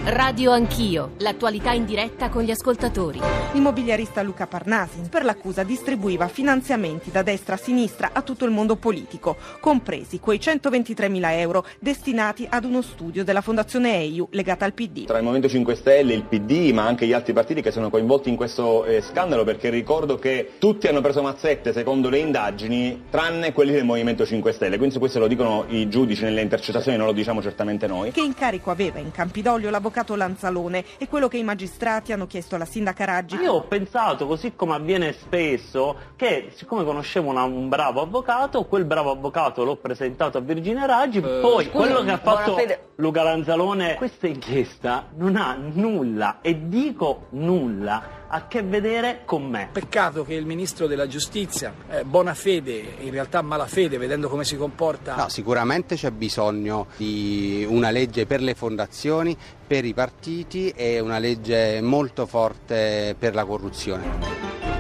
Radio Anch'io, l'attualità in diretta con gli ascoltatori. L'immobiliarista Luca Parnasi, per l'accusa, distribuiva finanziamenti da destra a sinistra a tutto il mondo politico, compresi quei 123.000 euro destinati ad uno studio della fondazione EIU legata al PD. Tra il Movimento 5 Stelle, il PD, ma anche gli altri partiti che sono coinvolti in questo scandalo, perché ricordo che tutti hanno preso mazzette secondo le indagini, tranne quelli del Movimento 5 Stelle, quindi questo lo dicono i giudici nelle intercettazioni, non lo diciamo certamente noi. Che incarico aveva in Campidoglio l'avvocato Lanzalone e quello che i magistrati hanno chiesto alla sindaca Raggi? Io ho pensato, così come avviene spesso, che siccome conoscevo un bravo avvocato, quel bravo avvocato l'ho presentato a Virginia Raggi, poi quello che ha fatto Luca Lanzalone, questa inchiesta non ha nulla, e dico nulla, a che vedere con me. Peccato che il ministro della giustizia, buona fede, in realtà malafede, vedendo come si comporta. No, sicuramente c'è bisogno di una legge per le fondazioni, per i partiti e una legge molto forte per la corruzione.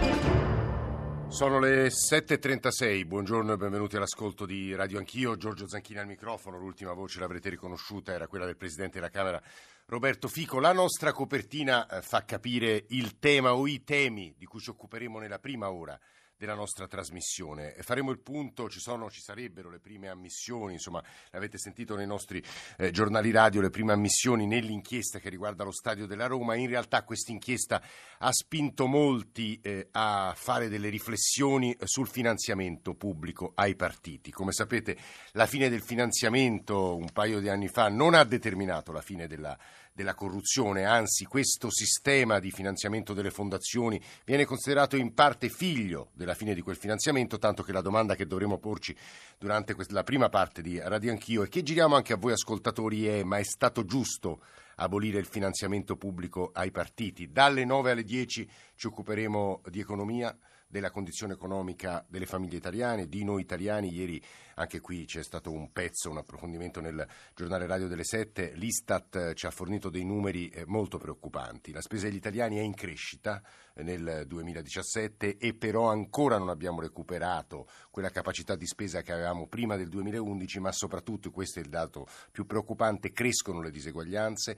Sono le 7.36, buongiorno e benvenuti all'ascolto di Radio Anch'io. Giorgio Zanchini al microfono, l'ultima voce l'avrete riconosciuta, era quella del Presidente della Camera Roberto Fico. La nostra copertina fa capire il tema o i temi di cui ci occuperemo nella prima ora della nostra trasmissione. Faremo il punto, ci sarebbero le prime ammissioni, insomma l'avete sentito nei nostri giornali radio, le prime ammissioni nell'inchiesta che riguarda lo stadio della Roma. In realtà questa inchiesta ha spinto molti a fare delle riflessioni sul finanziamento pubblico ai partiti. Come sapete, la fine del finanziamento un paio di anni fa non ha determinato la fine della corruzione, anzi questo sistema di finanziamento delle fondazioni viene considerato in parte figlio della fine di quel finanziamento, tanto che la domanda che dovremo porci durante la prima parte di Radio Anch'io e che giriamo anche a voi ascoltatori è: ma è stato giusto abolire il finanziamento pubblico ai partiti? Dalle 9 alle 10 ci occuperemo di economia, della condizione economica delle famiglie italiane, di noi italiani. Ieri anche qui c'è stato un approfondimento nel giornale radio delle 7. L'Istat ci ha fornito dei numeri molto preoccupanti. La spesa degli italiani è in crescita nel 2017 e però ancora non abbiamo recuperato quella capacità di spesa che avevamo prima del 2011, ma soprattutto, questo è il dato più preoccupante, crescono le diseguaglianze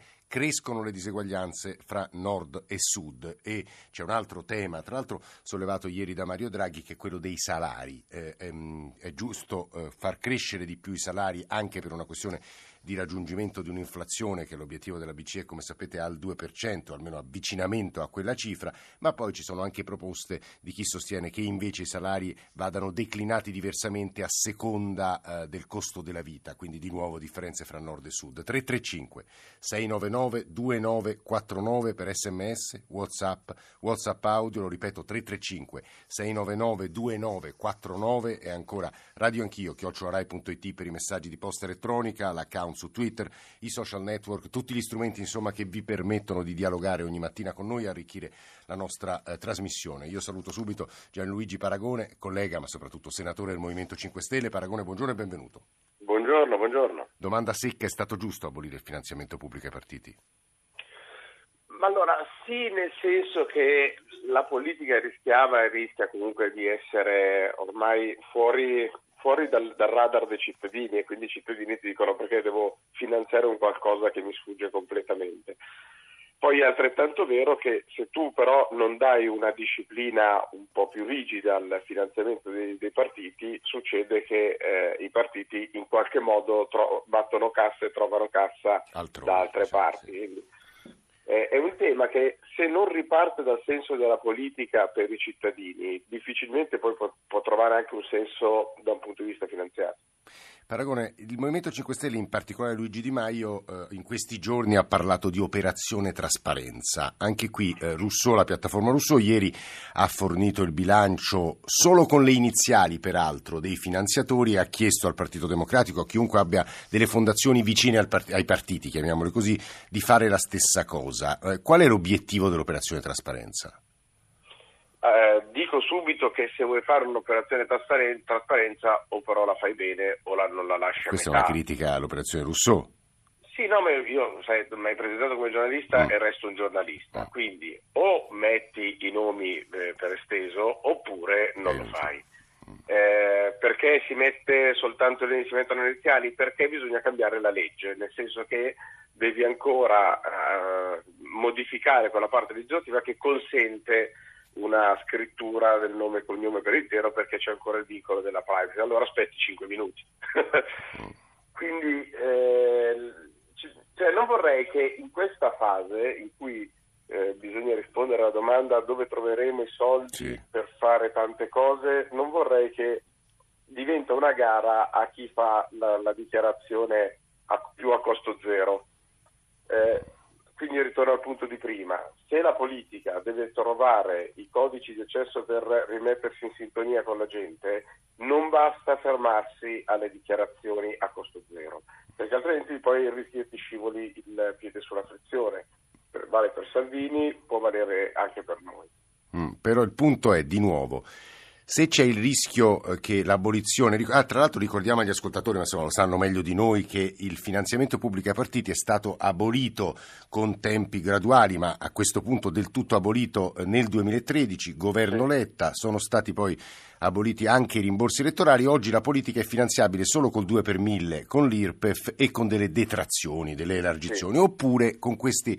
fra nord e sud. E c'è un altro tema, tra l'altro sollevato ieri da Mario Draghi, che è quello dei salari. È giusto far crescere di più i salari anche per una questione di raggiungimento di un'inflazione che è l'obiettivo della BCE, come sapete, al 2%, almeno avvicinamento a quella cifra, ma poi ci sono anche proposte di chi sostiene che invece i salari vadano declinati diversamente a seconda del costo della vita, quindi di nuovo differenze fra nord e sud. 335 699 2949 per SMS, WhatsApp audio, lo ripeto, 335 699 2949 e ancora Radio Anch'io @rai.it per i messaggi di posta elettronica, l'account su Twitter, i social network, tutti gli strumenti insomma che vi permettono di dialogare ogni mattina con noi e arricchire la nostra trasmissione. Io saluto subito Gianluigi Paragone, collega ma soprattutto senatore del Movimento 5 Stelle. Paragone, buongiorno e benvenuto. Buongiorno. Domanda secca: è stato giusto abolire il finanziamento pubblico ai partiti? Ma allora sì, nel senso che la politica rischiava e rischia comunque di essere ormai fuori dal radar dei cittadini, e quindi i cittadini ti dicono: perché devo finanziare un qualcosa che mi sfugge completamente. Poi è altrettanto vero che se tu però non dai una disciplina un po' più rigida al finanziamento dei partiti, succede che i partiti in qualche modo battono cassa e trovano cassa altrove, da altre parti. Quindi, è un tema che, se non riparte dal senso della politica per i cittadini, difficilmente poi può trovare anche un senso da un punto di vista finanziario. Paragone, il Movimento 5 Stelle, in particolare Luigi Di Maio, in questi giorni ha parlato di operazione trasparenza. Anche qui Rousseau, la piattaforma Rousseau, ieri ha fornito il bilancio solo con le iniziali, peraltro, dei finanziatori e ha chiesto al Partito Democratico, a chiunque abbia delle fondazioni vicine ai partiti, chiamiamole così, di fare la stessa cosa. Qual è l'obiettivo dell'operazione trasparenza? Dico subito che se vuoi fare un'operazione trasparenza o però la fai bene o non la lasci a metà. Questa è una critica all'operazione Rousseau. Sì, no, ma io mi hai presentato come giornalista e resto un giornalista, quindi o metti i nomi per esteso oppure non lo fai. Perché si mettono le iniziali? Perché bisogna cambiare la legge, nel senso che devi ancora modificare quella parte legislativa che consente una scrittura del nome e cognome per intero, perché c'è ancora il vincolo della privacy. Allora aspetti 5 minuti. Quindi non vorrei che in questa fase in cui bisogna rispondere alla domanda dove troveremo i soldi per fare tante cose, non vorrei che diventa una gara a chi fa la dichiarazione più a costo zero. Quindi ritorno al punto di prima: se la politica deve trovare i codici di accesso per rimettersi in sintonia con la gente, non basta fermarsi alle dichiarazioni a costo zero, perché altrimenti poi il rischio che ti scivoli il piede sulla frizione. Vale per Salvini, può valere anche per noi. Però il punto è, di nuovo, se c'è il rischio che l'abolizione... tra l'altro ricordiamo agli ascoltatori, ma insomma lo sanno meglio di noi, che il finanziamento pubblico ai partiti è stato abolito con tempi graduali, ma a questo punto del tutto abolito nel 2013, governo Letta, sono stati poi aboliti anche i rimborsi elettorali. Oggi la politica è finanziabile solo col 2 per 1000, con l'IRPEF e con delle detrazioni, delle elargizioni, oppure con questi...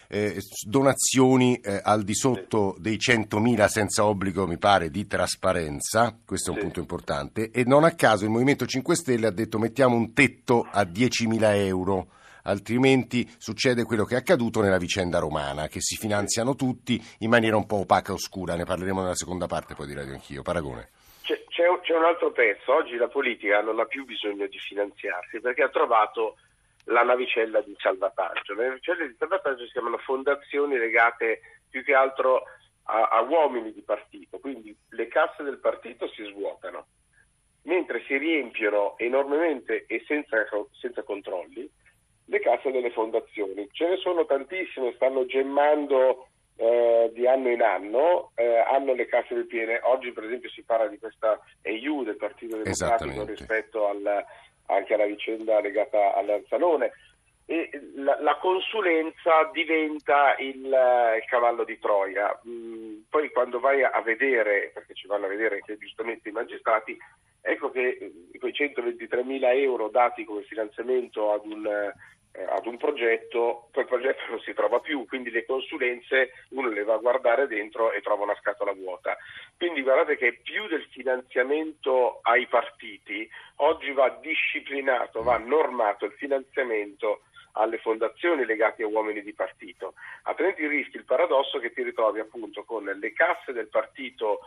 donazioni al di sotto dei 100.000 senza obbligo, mi pare, di trasparenza. Questo è un punto importante, e non a caso il Movimento 5 Stelle ha detto: mettiamo un tetto a 10.000 euro, altrimenti succede quello che è accaduto nella vicenda romana, che si finanziano tutti in maniera un po' opaca e oscura. Ne parleremo nella seconda parte poi di Radio Anch'io. Paragone. C'è un altro pezzo. Oggi la politica non ha più bisogno di finanziarsi, perché ha trovato la navicella di salvataggio. Le navicelle di salvataggio si chiamano fondazioni legate più che altro a uomini di partito, quindi le casse del partito si svuotano, mentre si riempiono enormemente e senza controlli le casse delle fondazioni. Ce ne sono tantissime, stanno gemmando di anno in anno, hanno le casse del piene. Oggi per esempio si parla di questa EU del Partito Democratico rispetto anche alla vicenda legata all'Anzalone, e la consulenza diventa il cavallo di Troia. Poi quando vai a vedere, perché ci vanno a vedere anche giustamente i magistrati, ecco che quei 123.000 euro dati come finanziamento ad un progetto, quel progetto non si trova più, quindi le consulenze uno le va a guardare dentro e trova una scatola vuota. Quindi guardate che più del finanziamento ai partiti, oggi va disciplinato, va normato il finanziamento alle fondazioni legate a uomini di partito, altrimenti rischi il paradosso che ti ritrovi appunto con le casse del partito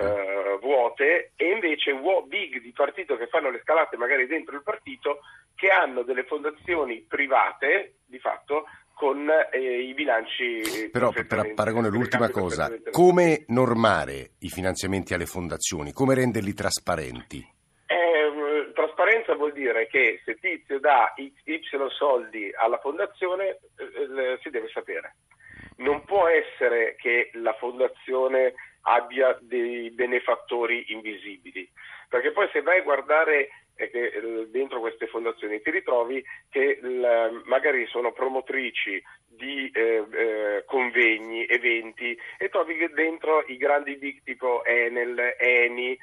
vuote e invece big di partito che fanno le scalate magari dentro il partito, che hanno delle fondazioni private di fatto con i bilanci. Però per Paragone, l'ultima cosa, come normare i finanziamenti alle fondazioni, come renderli trasparenti? Trasparenza vuol dire che se Tizio dà Y soldi alla fondazione si deve sapere. Non può essere che la fondazione abbia dei benefattori invisibili, perché poi se vai a guardare dentro queste fondazioni ti ritrovi che magari sono promotrici di convegni, eventi, e trovi che dentro i grandi big tipo Enel, Eni,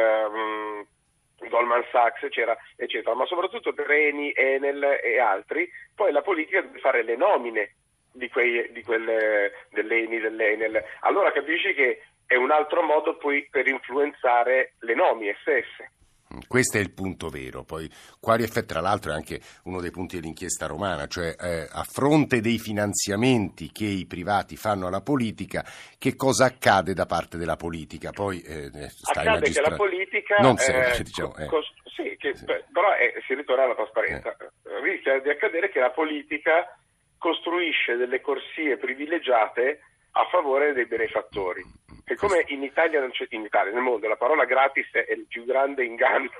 Goldman Sachs, eccetera, ma soprattutto per Eni, Enel e altri, poi la politica deve fare le nomine di quelle dell'Eni, dell'Enel. Allora capisci che è un altro modo poi per influenzare le nomine stesse. Questo è il punto vero. Poi quali effetti, tra l'altro è anche uno dei punti dell'inchiesta romana, cioè a fronte dei finanziamenti che i privati fanno alla politica, che cosa accade da parte della politica? Poi accade che la politica non sempre, diciamo, però si ritorna alla trasparenza. Rischia di accadere che la politica costruisce delle corsie privilegiate a favore dei benefattori. E come in Italia nel mondo la parola gratis è il più grande inganno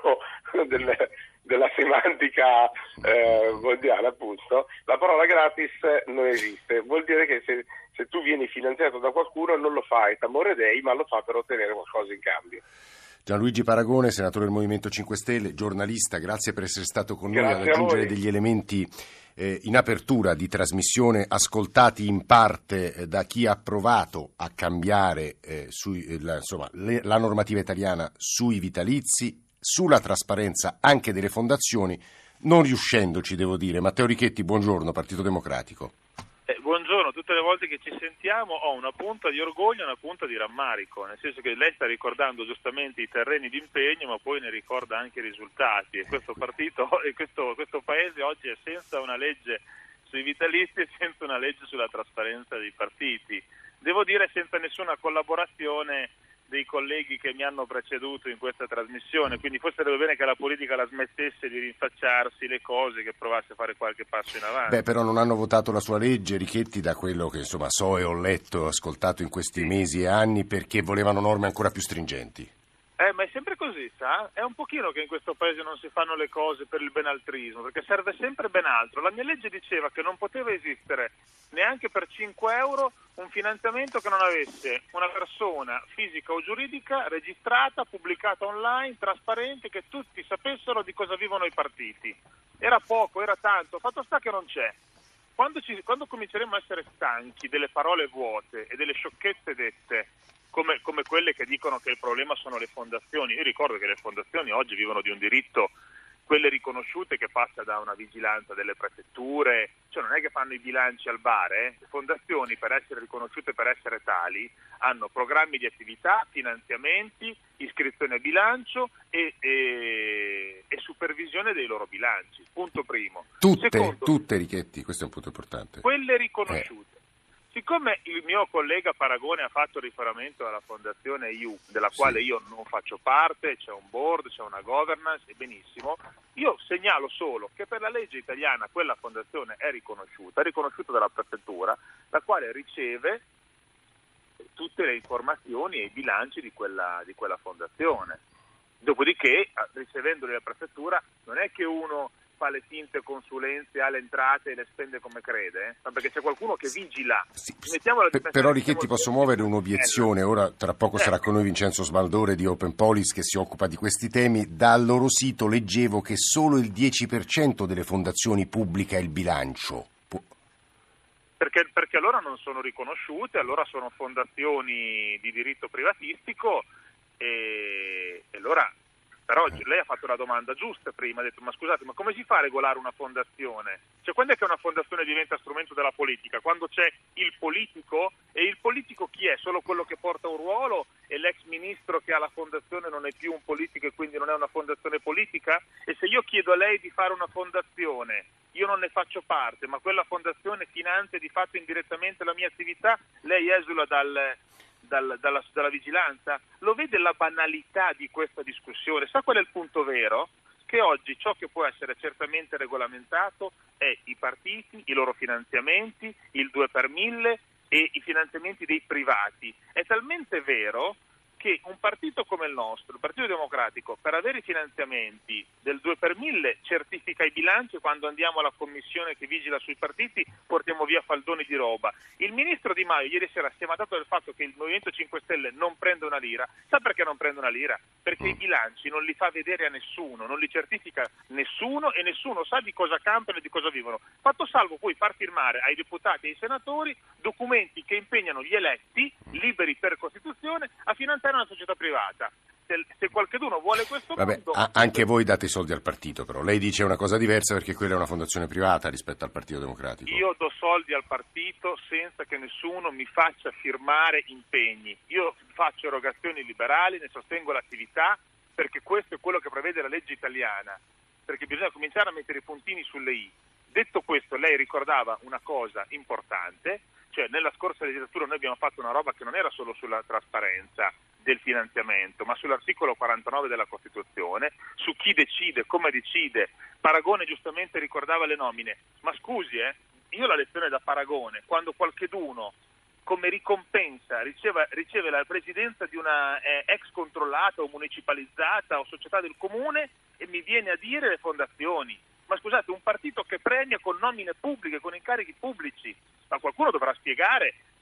della semantica mondiale, appunto, la parola gratis non esiste. Vuol dire che se tu vieni finanziato da qualcuno non lo fai t'amore dei, ma lo fa per ottenere qualcosa in cambio. Gianluigi Paragone, senatore del Movimento 5 Stelle, giornalista, grazie per essere stato con noi ad aggiungere degli elementi in apertura di trasmissione, ascoltati in parte da chi ha provato a cambiare la normativa italiana sui vitalizi, sulla trasparenza anche delle fondazioni. non riuscendoci, devo dire. Matteo Richetti, buongiorno, Partito Democratico. Buongiorno, tutte le volte che ci sentiamo ho una punta di orgoglio e una punta di rammarico, nel senso che lei sta ricordando giustamente i terreni d'impegno, ma poi ne ricorda anche i risultati, e questo partito e questo paese oggi è senza una legge sui vitalizi e senza una legge sulla trasparenza dei partiti. Devo dire senza nessuna collaborazione dei colleghi che mi hanno preceduto in questa trasmissione, quindi forse sarebbe bene che la politica la smettesse di rinfacciarsi le cose, che provasse a fare qualche passo in avanti. Però non hanno votato la sua legge, Richetti, da quello che so e ho letto, ho ascoltato in questi mesi e anni, perché volevano norme ancora più stringenti. Ma è sempre così, sa? È un pochino che in questo paese non si fanno le cose per il benaltrismo, perché serve sempre ben altro. La mia legge diceva che non poteva esistere neanche per 5 euro un finanziamento che non avesse una persona fisica o giuridica registrata, pubblicata online, trasparente, che tutti sapessero di cosa vivono i partiti. Era poco, era tanto, fatto sta che non c'è. Quando cominceremo a essere stanchi delle parole vuote e delle sciocchezze dette, come quelle che dicono che il problema sono le fondazioni. Io ricordo che le fondazioni oggi vivono di un diritto, quelle riconosciute, che passa da una vigilanza delle prefetture, cioè non è che fanno i bilanci al bar, Le fondazioni, per essere riconosciute, per essere tali, hanno programmi di attività, finanziamenti, iscrizione a bilancio e supervisione dei loro bilanci. Punto primo. Tutte, Richetti, questo è un punto importante. Quelle riconosciute. Siccome il mio collega Paragone ha fatto riferimento alla fondazione EU, della quale io non faccio parte, c'è un board, c'è una governance, e benissimo, io segnalo solo che per la legge italiana quella fondazione è riconosciuta dalla prefettura, la quale riceve tutte le informazioni e i bilanci di quella fondazione. Dopodiché, ricevendole dalla prefettura, non è che uno fa le finte consulenze, ha le entrate e le spende come crede, ma perché c'è qualcuno che vigila. Sì, però Richetti, posso muovere un'obiezione, ora tra poco sarà con noi Vincenzo Smaldore di Open Policy che si occupa di questi temi. Dal loro sito leggevo che solo il 10% delle fondazioni pubblica il bilancio. Perché allora non sono riconosciute, allora sono fondazioni di diritto privatistico e allora... Però lei ha fatto la domanda giusta prima, ha detto: ma scusate, ma come si fa a regolare una fondazione? Cioè, quando è che una fondazione diventa strumento della politica? Quando c'è il politico, e il politico chi è? Solo quello che porta un ruolo, e l'ex ministro che ha la fondazione non è più un politico e quindi non è una fondazione politica? E se io chiedo a lei di fare una fondazione, io non ne faccio parte, ma quella fondazione finanzia di fatto indirettamente la mia attività, lei esula dalla vigilanza? Lo vede la banalità di questa discussione? Sa qual è il punto vero? Che oggi ciò che può essere certamente regolamentato è i partiti, i loro finanziamenti, il 2 per 1000 e i finanziamenti dei privati. È talmente vero che un partito come il nostro, il Partito Democratico, per avere i finanziamenti del 2 per 1000 certifica i bilanci, e quando andiamo alla commissione che vigila sui partiti portiamo via faldoni di roba. Il ministro Di Maio ieri sera si è mandato del fatto che il Movimento 5 Stelle non prende una lira. Sa perché non prende una lira? Perché i bilanci non li fa vedere a nessuno, non li certifica nessuno e nessuno sa di cosa campano e di cosa vivono. Fatto salvo poi far firmare ai deputati e ai senatori documenti che impegnano gli eletti, liberi per Costituzione, a finanziare una società privata. Se qualcuno vuole questo mondo... Anche voi date i soldi al partito, però. Lei dice una cosa diversa perché quella è una fondazione privata rispetto al Partito Democratico. Io do soldi al partito senza che nessuno mi faccia firmare impegni. Io faccio erogazioni liberali, ne sostengo l'attività, perché questo è quello che prevede la legge italiana, perché bisogna cominciare a mettere i puntini sulle i. Detto questo, lei ricordava una cosa importante, cioè nella scorsa legislatura noi abbiamo fatto una roba che non era solo sulla trasparenza del finanziamento, ma sull'articolo 49 della Costituzione, su chi decide, come decide. Paragone giustamente ricordava le nomine, ma scusi, io la lezione da Paragone, quando qualcheduno come ricompensa riceve la presidenza di una ex controllata o municipalizzata o società del comune, e mi viene a dire le fondazioni. Ma scusate, un partito che premia con nomine pubbliche, con incarichi pubblici, ma qualcuno dovrà spiegare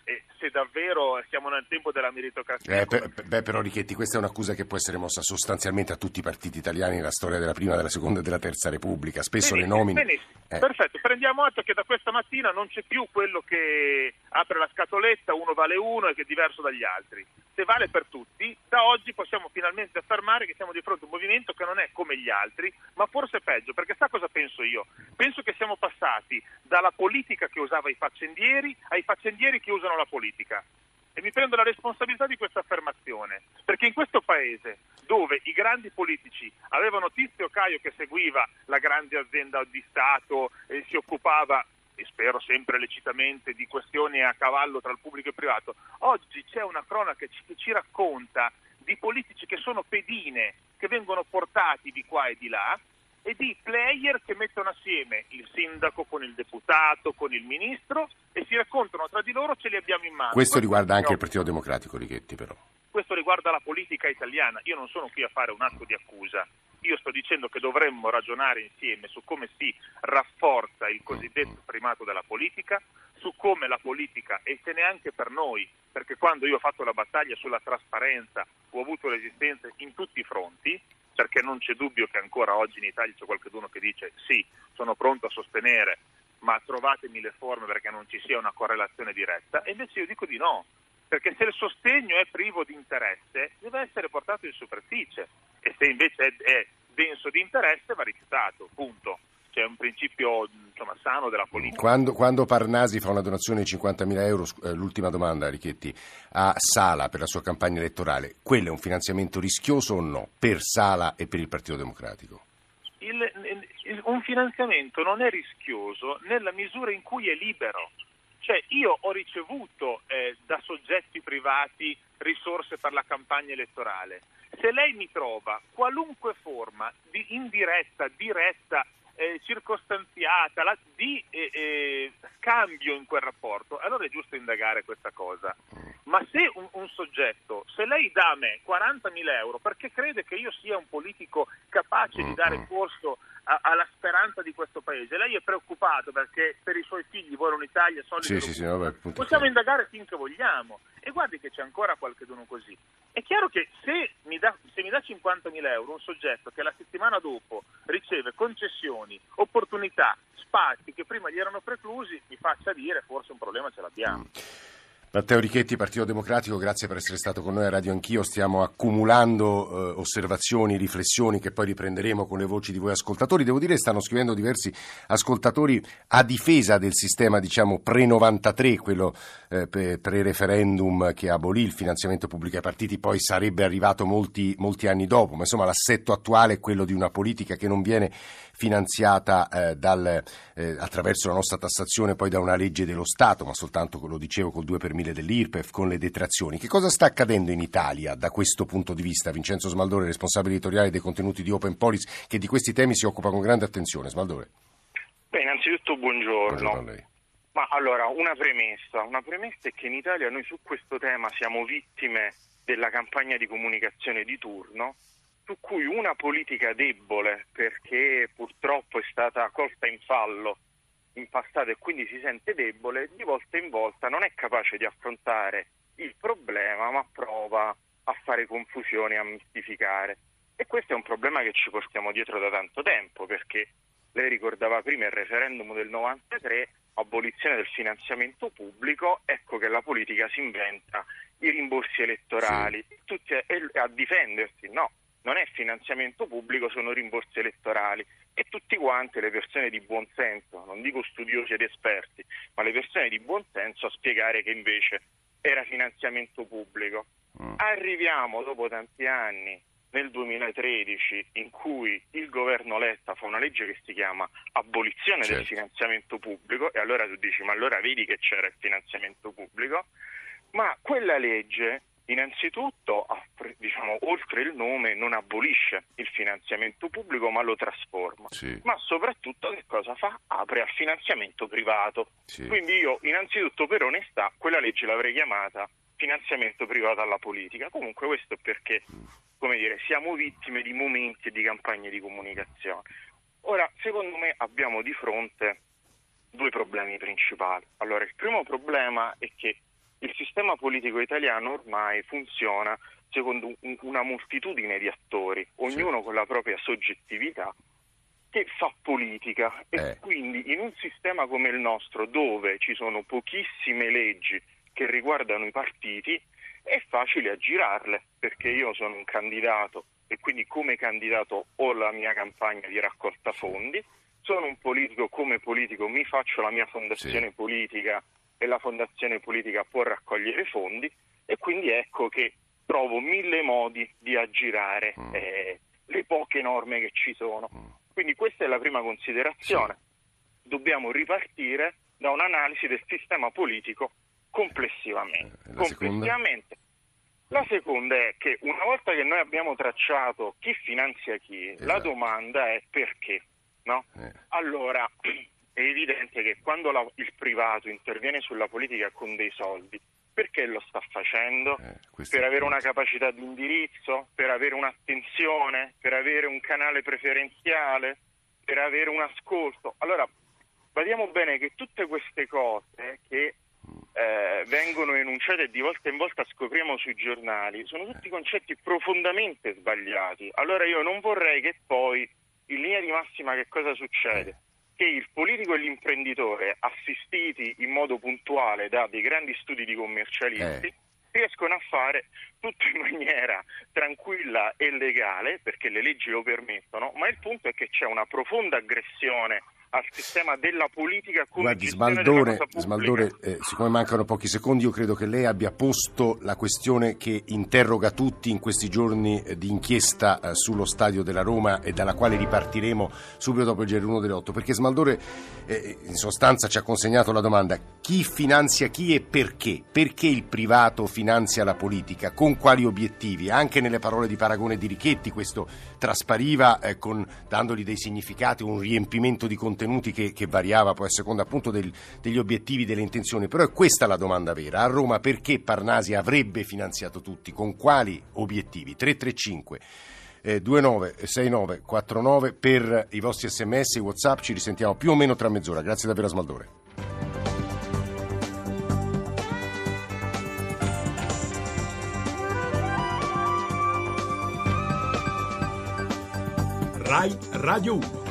se davvero siamo nel tempo della meritocrazia. Però Richetti, questa è un'accusa che può essere mossa sostanzialmente a tutti i partiti italiani nella storia della Prima, della Seconda e della Terza Repubblica. Spesso le nomine... Perfetto, prendiamo atto che da questa mattina non c'è più quello che apre la scatoletta, uno vale uno e che è diverso dagli altri. Se vale per tutti, da oggi possiamo finalmente affermare che siamo di fronte a un movimento che non è come gli altri, ma forse peggio, perché sa cosa penso io? Penso che siamo passati dalla politica che usava i faccendieri ai faccendieri che usano la politica. E mi prendo la responsabilità di questa affermazione, perché in questo paese, dove i grandi politici avevano Tizio Caio che seguiva la grande azienda di Stato e si occupava, e spero sempre lecitamente, di questioni a cavallo tra il pubblico e il privato, oggi c'è una cronaca che ci racconta di politici che sono pedine, che vengono portati di qua e di là, e di player che mettono assieme il sindaco con il deputato, con il ministro, e si raccontano tra di loro, ce li abbiamo in mano. Questo riguarda anche il Partito Democratico, Richetti, però. Questo riguarda la politica italiana. Io non sono qui a fare un atto di accusa. Io sto dicendo che dovremmo ragionare insieme su come si rafforza il cosiddetto primato della politica, su come la politica, e se neanche per noi, perché quando io ho fatto la battaglia sulla trasparenza ho avuto resistenze in tutti i fronti, perché non c'è dubbio che ancora oggi in Italia c'è qualcuno che dice sì, sono pronto a sostenere, ma trovatemi le forme perché non ci sia una correlazione diretta, e invece io dico di no, perché se il sostegno è privo di interesse deve essere portato in superficie, e se invece è denso di interesse va rifiutato, punto. C'è un principio sano della politica. Quando Parnasi fa una donazione di 50.000 euro, l'ultima domanda, Richetti, a Sala per la sua campagna elettorale, quello è un finanziamento rischioso o no per Sala e per il Partito Democratico? Un finanziamento non è rischioso nella misura in cui è libero. Cioè io ho ricevuto da soggetti privati risorse per la campagna elettorale. Se lei mi trova qualunque forma di indiretta, diretta, circostanziata di scambio in quel rapporto, allora è giusto indagare questa cosa. Ma se un soggetto, se lei dà a me 40.000 euro perché crede che io sia un politico capace di dare corso alla speranza di questo paese, lei è preoccupato perché per i suoi figli vuole un'Italia solida, possiamo indagare finché vogliamo, e guardi che c'è ancora qualcuno così. È chiaro che se mi dà 50.000 euro un soggetto che la settimana dopo riceve concessioni, opportunità, spazi che prima gli erano preclusi, mi faccia dire forse un problema ce l'abbiamo. Matteo Richetti, Partito Democratico, grazie per essere stato con noi a Radio Anch'io. Stiamo accumulando osservazioni, riflessioni che poi riprenderemo con le voci di voi ascoltatori. Devo dire, stanno scrivendo diversi ascoltatori a difesa del sistema, pre-93, quello pre-referendum che abolì il finanziamento pubblico ai partiti, poi sarebbe arrivato molti anni dopo, ma insomma l'assetto attuale è quello di una politica che non viene finanziata attraverso la nostra tassazione, poi da una legge dello Stato, ma soltanto, lo dicevo, col 2 per 1000 dell'IRPEF, con le detrazioni. Che cosa sta accadendo in Italia da questo punto di vista? Vincenzo Smaldore, responsabile editoriale dei contenuti di Open Policy, che di questi temi si occupa con grande attenzione. Smaldore. Beh, innanzitutto buongiorno. Buongiorno a lei. Ma allora, una premessa è che in Italia noi su questo tema siamo vittime della campagna di comunicazione di turno, su cui una politica debole, perché purtroppo è stata colta in fallo in passato e quindi si sente debole, di volta in volta non è capace di affrontare il problema, ma prova a fare confusione, a mistificare. E questo è un problema che ci portiamo dietro da tanto tempo, perché lei ricordava prima il referendum del 93, abolizione del finanziamento pubblico, ecco che la politica si inventa i rimborsi elettorali, tutti a difendersi, no. Non è finanziamento pubblico, sono rimborsi elettorali, e tutti quanti, le persone di buon senso, non dico studiosi ed esperti, ma le persone di buon senso, a spiegare che invece era finanziamento pubblico. Arriviamo dopo tanti anni nel 2013 in cui il governo Letta fa una legge che si chiama abolizione del finanziamento pubblico, e allora tu dici ma allora vedi che c'era il finanziamento pubblico, ma quella legge innanzitutto, oltre il nome, non abolisce il finanziamento pubblico ma lo trasforma. Ma soprattutto che cosa fa? Apre al finanziamento privato. Quindi io innanzitutto, per onestà, quella legge l'avrei chiamata finanziamento privato alla politica. Comunque questo è perché, siamo vittime di momenti e di campagne di comunicazione. Ora, secondo me abbiamo di fronte due problemi principali. Allora, il primo problema è che il sistema politico italiano ormai funziona secondo una moltitudine di attori, ognuno con la propria soggettività, che fa politica. E quindi in un sistema come il nostro, dove ci sono pochissime leggi che riguardano i partiti, è facile aggirarle, perché io sono un candidato e quindi come candidato ho la mia campagna di raccolta fondi, sono un politico, come politico mi faccio la mia fondazione politica e la fondazione politica può raccogliere fondi, e quindi ecco che trovo 1000 modi di aggirare le poche norme che ci sono. Quindi questa è la prima considerazione. Dobbiamo ripartire da un'analisi del sistema politico complessivamente. La seconda è che una volta che noi abbiamo tracciato chi finanzia chi, la domanda è perché, no? Allora, è evidente che quando il privato interviene sulla politica con dei soldi, perché lo sta facendo? Per avere una capacità di indirizzo, per avere un'attenzione, per avere un canale preferenziale, per avere un ascolto. Allora, badiamo bene che tutte queste cose che vengono enunciate e di volta in volta scopriamo sui giornali sono tutti concetti profondamente sbagliati. Allora io non vorrei che poi, in linea di massima, che cosa succede? Che il politico e l'imprenditore, assistiti in modo puntuale da dei grandi studi di commercialisti, riescono a fare tutto in maniera tranquilla e legale, perché le leggi lo permettono, ma il punto è che c'è una profonda aggressione al sistema della politica come gestione della cosa pubblica. Smaldore, siccome mancano pochi secondi, io credo che lei abbia posto la questione che interroga tutti in questi giorni di inchiesta sullo stadio della Roma, e dalla quale ripartiremo subito dopo il GR1 delle 8, perché Smaldore in sostanza ci ha consegnato la domanda: chi finanzia chi e perché? Perché il privato finanzia la politica? Con quali obiettivi? Anche nelle parole di Paragone e di Richetti questo traspariva, dandogli dei significati, un riempimento di contenuti che variava poi a seconda appunto degli obiettivi, delle intenzioni. Però è questa la domanda vera: a Roma perché Parnasi avrebbe finanziato tutti? Con quali obiettivi? 335 296949 per i vostri sms e WhatsApp. Ci risentiamo più o meno tra mezz'ora. Grazie davvero a Smaldore. Rai Radio 1.